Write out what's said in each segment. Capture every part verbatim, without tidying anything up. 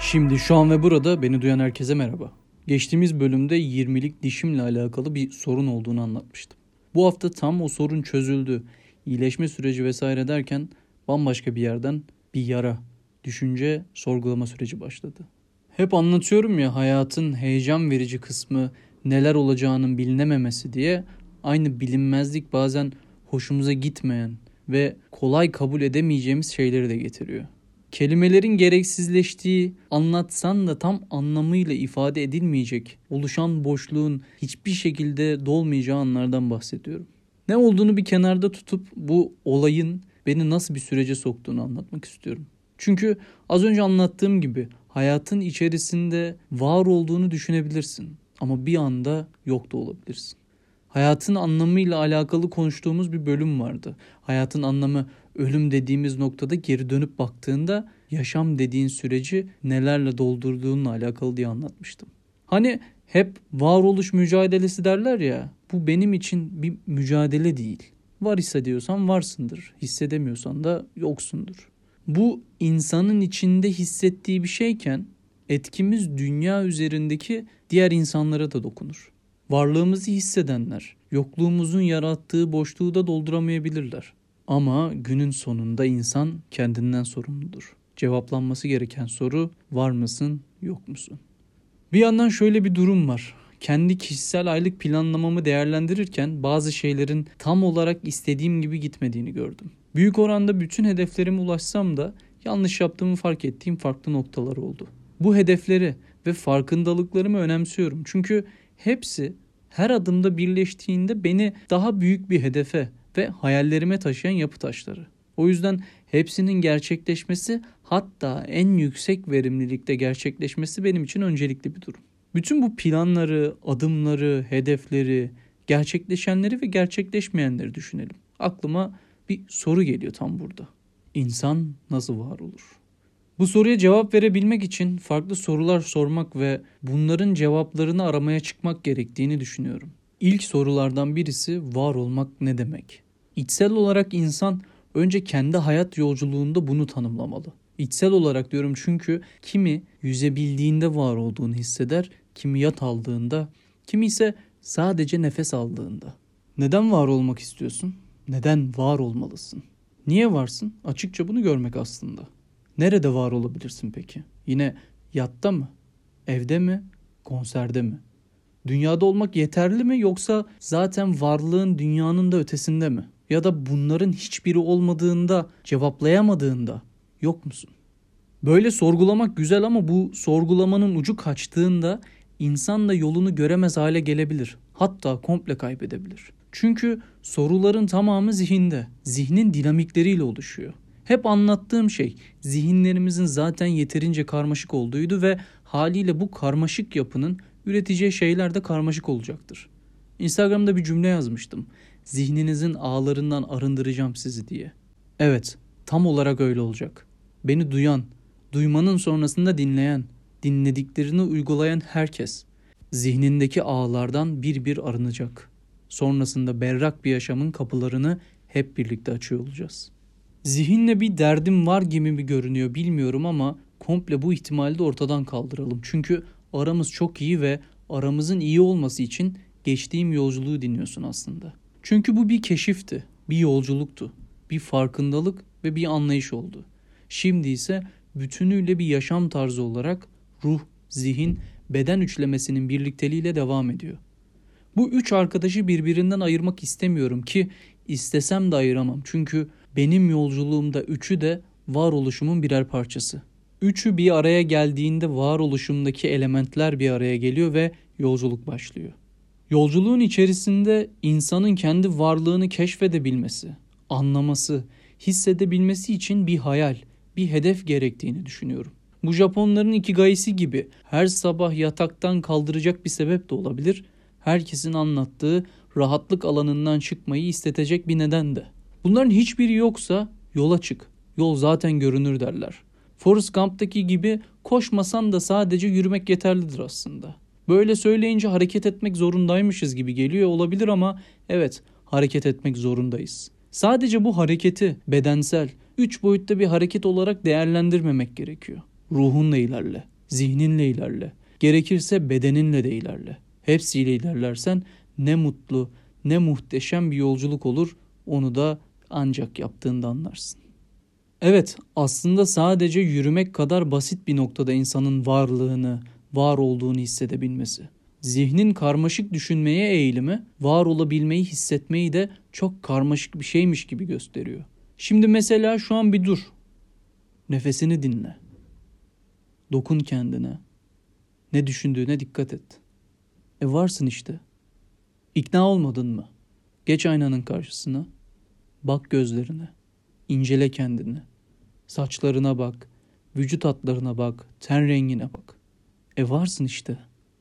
Şimdi şu an ve burada beni duyan herkese merhaba. Geçtiğimiz bölümde yirmilik dişimle alakalı bir sorun olduğunu anlatmıştım. Bu hafta tam o sorun çözüldü, iyileşme süreci vesaire derken bambaşka bir yerden bir yara, düşünce, sorgulama süreci başladı. Hep anlatıyorum ya, hayatın heyecan verici kısmı neler olacağının bilinememesi diye. Aynı bilinmezlik bazen hoşumuza gitmeyen ve kolay kabul edemeyeceğimiz şeyleri de getiriyor. Kelimelerin gereksizleştiği, anlatsan da tam anlamıyla ifade edilmeyecek, oluşan boşluğun hiçbir şekilde dolmayacağı anlardan bahsediyorum. Ne olduğunu bir kenarda tutup bu olayın beni nasıl bir sürece soktuğunu anlatmak istiyorum. Çünkü az önce anlattığım gibi hayatın içerisinde var olduğunu düşünebilirsin ama bir anda yok da olabilirsin. Hayatın anlamıyla alakalı konuştuğumuz bir bölüm vardı. Hayatın anlamı ölüm dediğimiz noktada geri dönüp baktığında yaşam dediğin süreci nelerle doldurduğunla alakalı diye anlatmıştım. Hani hep varoluş mücadelesi derler ya, bu benim için bir mücadele değil. Var hissediyorsan varsındır, hissedemiyorsan da yoksundur. Bu insanın içinde hissettiği bir şeyken etkimiz dünya üzerindeki diğer insanlara da dokunur. Varlığımızı hissedenler, yokluğumuzun yarattığı boşluğu da dolduramayabilirler. Ama günün sonunda insan kendinden sorumludur. Cevaplanması gereken soru var mısın, yok musun? Bir yandan şöyle bir durum var. Kendi kişisel aylık planlamamı değerlendirirken bazı şeylerin tam olarak istediğim gibi gitmediğini gördüm. Büyük oranda bütün hedeflerime ulaşsam da yanlış yaptığımı fark ettiğim farklı noktalar oldu. Bu hedefleri ve farkındalıklarımı önemsiyorum. Çünkü hepsi her adımda birleştiğinde beni daha büyük bir hedefe ve hayallerime taşıyan yapı taşları. O yüzden hepsinin gerçekleşmesi, hatta en yüksek verimlilikte gerçekleşmesi benim için öncelikli bir durum. Bütün bu planları, adımları, hedefleri, gerçekleşenleri ve gerçekleşmeyenleri düşünelim. Aklıma bir soru geliyor tam burada. İnsan nasıl var olur? Bu soruya cevap verebilmek için farklı sorular sormak ve bunların cevaplarını aramaya çıkmak gerektiğini düşünüyorum. İlk sorulardan birisi var olmak ne demek? İçsel olarak insan önce kendi hayat yolculuğunda bunu tanımlamalı. İçsel olarak diyorum çünkü kimi yüzebildiğinde var olduğunu hisseder, kimi yat aldığında, kimi ise sadece nefes aldığında. Neden var olmak istiyorsun? Neden var olmalısın? Niye varsın? Açıkça bunu görmek aslında. Nerede var olabilirsin peki? Yine yatta mı? Evde mi? Konserde mi? Dünyada olmak yeterli mi, yoksa zaten varlığın dünyanın da ötesinde mi? Ya da bunların hiçbiri olmadığında, cevaplayamadığında yok musun? Böyle sorgulamak güzel ama bu sorgulamanın ucu kaçtığında insan da yolunu göremez hale gelebilir. Hatta komple kaybedebilir. Çünkü soruların tamamı zihinde, zihnin dinamikleriyle oluşuyor. Hep anlattığım şey zihinlerimizin zaten yeterince karmaşık olduğuydu ve haliyle bu karmaşık yapının üreteceği şeyler de karmaşık olacaktır. Instagram'da bir cümle yazmıştım. Zihninizin ağlarından arındıracağım sizi diye. Evet, tam olarak öyle olacak. Beni duyan, duymanın sonrasında dinleyen, dinlediklerini uygulayan herkes zihnindeki ağlardan bir bir arınacak. Sonrasında berrak bir yaşamın kapılarını hep birlikte açıyor olacağız. Zihinle bir derdim var gibi mi görünüyor bilmiyorum ama komple bu ihtimali de ortadan kaldıralım. Çünkü aramız çok iyi ve aramızın iyi olması için geçtiğim yolculuğu dinliyorsun aslında. Çünkü bu bir keşifti, bir yolculuktu, bir farkındalık ve bir anlayış oldu. Şimdi ise bütünüyle bir yaşam tarzı olarak ruh, zihin, beden üçlemesinin birlikteliğiyle devam ediyor. Bu üç arkadaşı birbirinden ayırmak istemiyorum ki istesem de ayıramam. Çünkü benim yolculuğumda üçü de varoluşumun birer parçası. Üçü bir araya geldiğinde varoluşumdaki elementler bir araya geliyor ve yolculuk başlıyor. Yolculuğun içerisinde insanın kendi varlığını keşfedebilmesi, anlaması, hissedebilmesi için bir hayal, bir hedef gerektiğini düşünüyorum. Bu Japonların ikigaisi gibi her sabah yataktan kaldıracak bir sebep de olabilir. Herkesin anlattığı rahatlık alanından çıkmayı istetecek bir neden de. Bunların hiçbiri yoksa yola çık. Yol zaten görünür derler. Forrest Gump'taki gibi koşmasan da sadece yürümek yeterlidir aslında. Böyle söyleyince hareket etmek zorundaymışız gibi geliyor olabilir ama evet, hareket etmek zorundayız. Sadece bu hareketi bedensel, üç boyutta bir hareket olarak değerlendirmemek gerekiyor. Ruhunla ilerle. Zihninle ilerle. Gerekirse bedeninle de ilerle. Hepsiyle ilerlersen ne mutlu, ne muhteşem bir yolculuk olur, onu da ancak yaptığında anlarsın. Evet, aslında sadece yürümek kadar basit bir noktada insanın varlığını, var olduğunu hissedebilmesi. Zihnin karmaşık düşünmeye eğilimi, var olabilmeyi hissetmeyi de çok karmaşık bir şeymiş gibi gösteriyor. Şimdi mesela şu an bir dur. Nefesini dinle. Dokun kendine. Ne düşündüğüne dikkat et. E varsın işte. İkna olmadın mı? Geç aynanın karşısına. Bak gözlerine. İncele kendini. Saçlarına bak. Vücut hatlarına bak. Ten rengine bak. E varsın işte.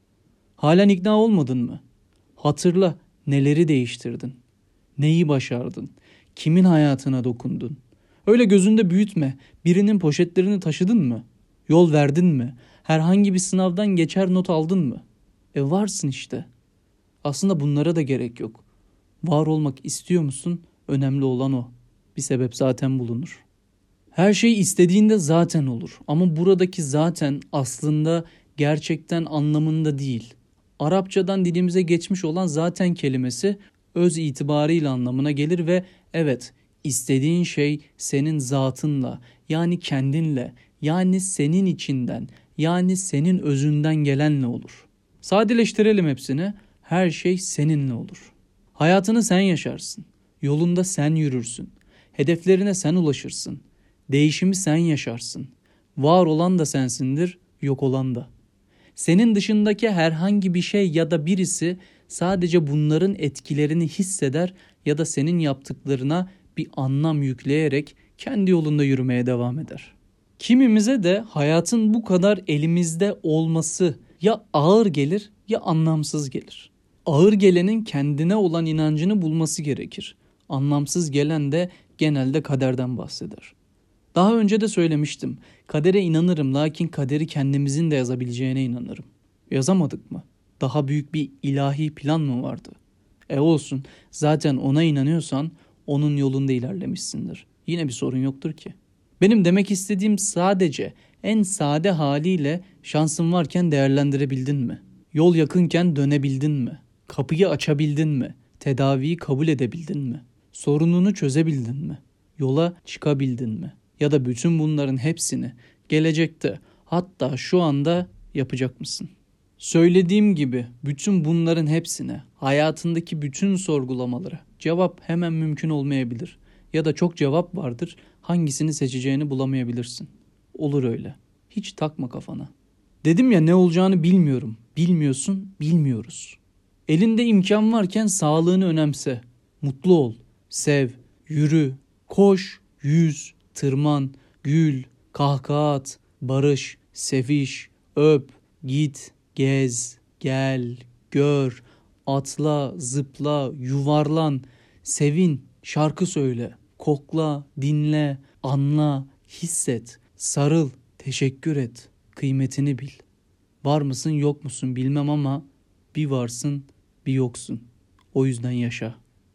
Halen ikna olmadın mı? Hatırla, neleri değiştirdin? Neyi başardın? Kimin hayatına dokundun? Öyle gözünde büyütme. Birinin poşetlerini taşıdın mı? Yol verdin mi? Herhangi bir sınavdan geçer not aldın mı? E varsın işte. Aslında bunlara da gerek yok. Var olmak istiyor musun? Önemli olan o. Bir sebep zaten bulunur. Her şey istediğinde zaten olur. Ama buradaki zaten aslında gerçekten anlamında değil. Arapçadan dilimize geçmiş olan zaten kelimesi öz itibarıyla anlamına gelir ve evet, istediğin şey senin zatınla, yani kendinle, yani senin içinden, yani senin özünden gelenle olur. Sadeleştirelim hepsini, her şey seninle olur. Hayatını sen yaşarsın, yolunda sen yürürsün, hedeflerine sen ulaşırsın, değişimi sen yaşarsın. Var olan da sensindir, yok olan da. Senin dışındaki herhangi bir şey ya da birisi sadece bunların etkilerini hisseder ya da senin yaptıklarına bir anlam yükleyerek kendi yolunda yürümeye devam eder. Kimimize de hayatın bu kadar elimizde olması ya ağır gelir ya anlamsız gelir. Ağır gelenin kendine olan inancını bulması gerekir. Anlamsız gelen de genelde kaderden bahseder. Daha önce de söylemiştim. Kadere inanırım, lakin kaderi kendimizin de yazabileceğine inanırım. Yazamadık mı? Daha büyük bir ilahi plan mı vardı? E olsun, zaten ona inanıyorsan onun yolunda ilerlemişsindir. Yine bir sorun yoktur ki. Benim demek istediğim sadece en sade haliyle şansın varken değerlendirebildin mi? Yol yakınken dönebildin mi? Kapıyı açabildin mi? Tedaviyi kabul edebildin mi? Sorununu çözebildin mi? Yola çıkabildin mi? Ya da bütün bunların hepsini gelecekte, hatta şu anda yapacak mısın? Söylediğim gibi bütün bunların hepsine, hayatındaki bütün sorgulamalara cevap hemen mümkün olmayabilir. Ya da çok cevap vardır, hangisini seçeceğini bulamayabilirsin. Olur öyle. Hiç takma kafana. Dedim ya, ne olacağını bilmiyorum. Bilmiyorsun, bilmiyoruz. Elinde imkan varken sağlığını önemse. Mutlu ol, sev, yürü, koş, yüz, tırman, gül, kahkaha at, barış, seviş, öp, git, gez, gel, gör, atla, zıpla, yuvarlan, sevin, şarkı söyle, kokla, dinle, anla, hisset, sarıl, teşekkür et, kıymetini bil. Var mısın yok musun bilmem ama bir varsın bir yoksun. O yüzden yaşa.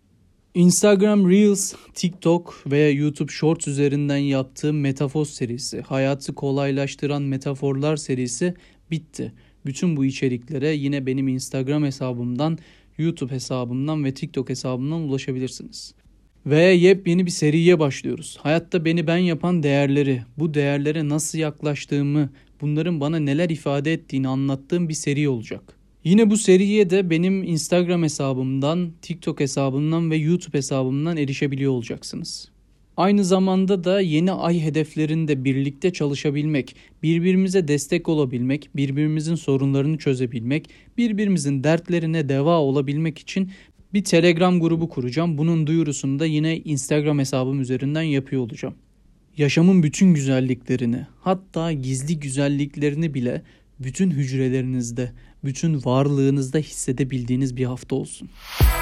Instagram Reels, TikTok ve YouTube Shorts üzerinden yaptığım metafor serisi, hayatı kolaylaştıran metaforlar serisi bitti. Bütün bu içeriklere yine benim Instagram hesabımdan, YouTube hesabımdan ve TikTok hesabımdan ulaşabilirsiniz. Ve yepyeni bir seriye başlıyoruz. Hayatta beni ben yapan değerleri, bu değerlere nasıl yaklaştığımı, bunların bana neler ifade ettiğini anlattığım bir seri olacak. Yine bu seriye de benim Instagram hesabımdan, TikTok hesabımdan ve YouTube hesabımdan erişebiliyor olacaksınız. Aynı zamanda da yeni ay hedeflerinde birlikte çalışabilmek, birbirimize destek olabilmek, birbirimizin sorunlarını çözebilmek, birbirimizin dertlerine deva olabilmek için bir Telegram grubu kuracağım. Bunun duyurusunu da yine Instagram hesabım üzerinden yapıyor olacağım. Yaşamın bütün güzelliklerini, hatta gizli güzelliklerini bile bütün hücrelerinizde, bütün varlığınızda hissedebildiğiniz bir hafta olsun.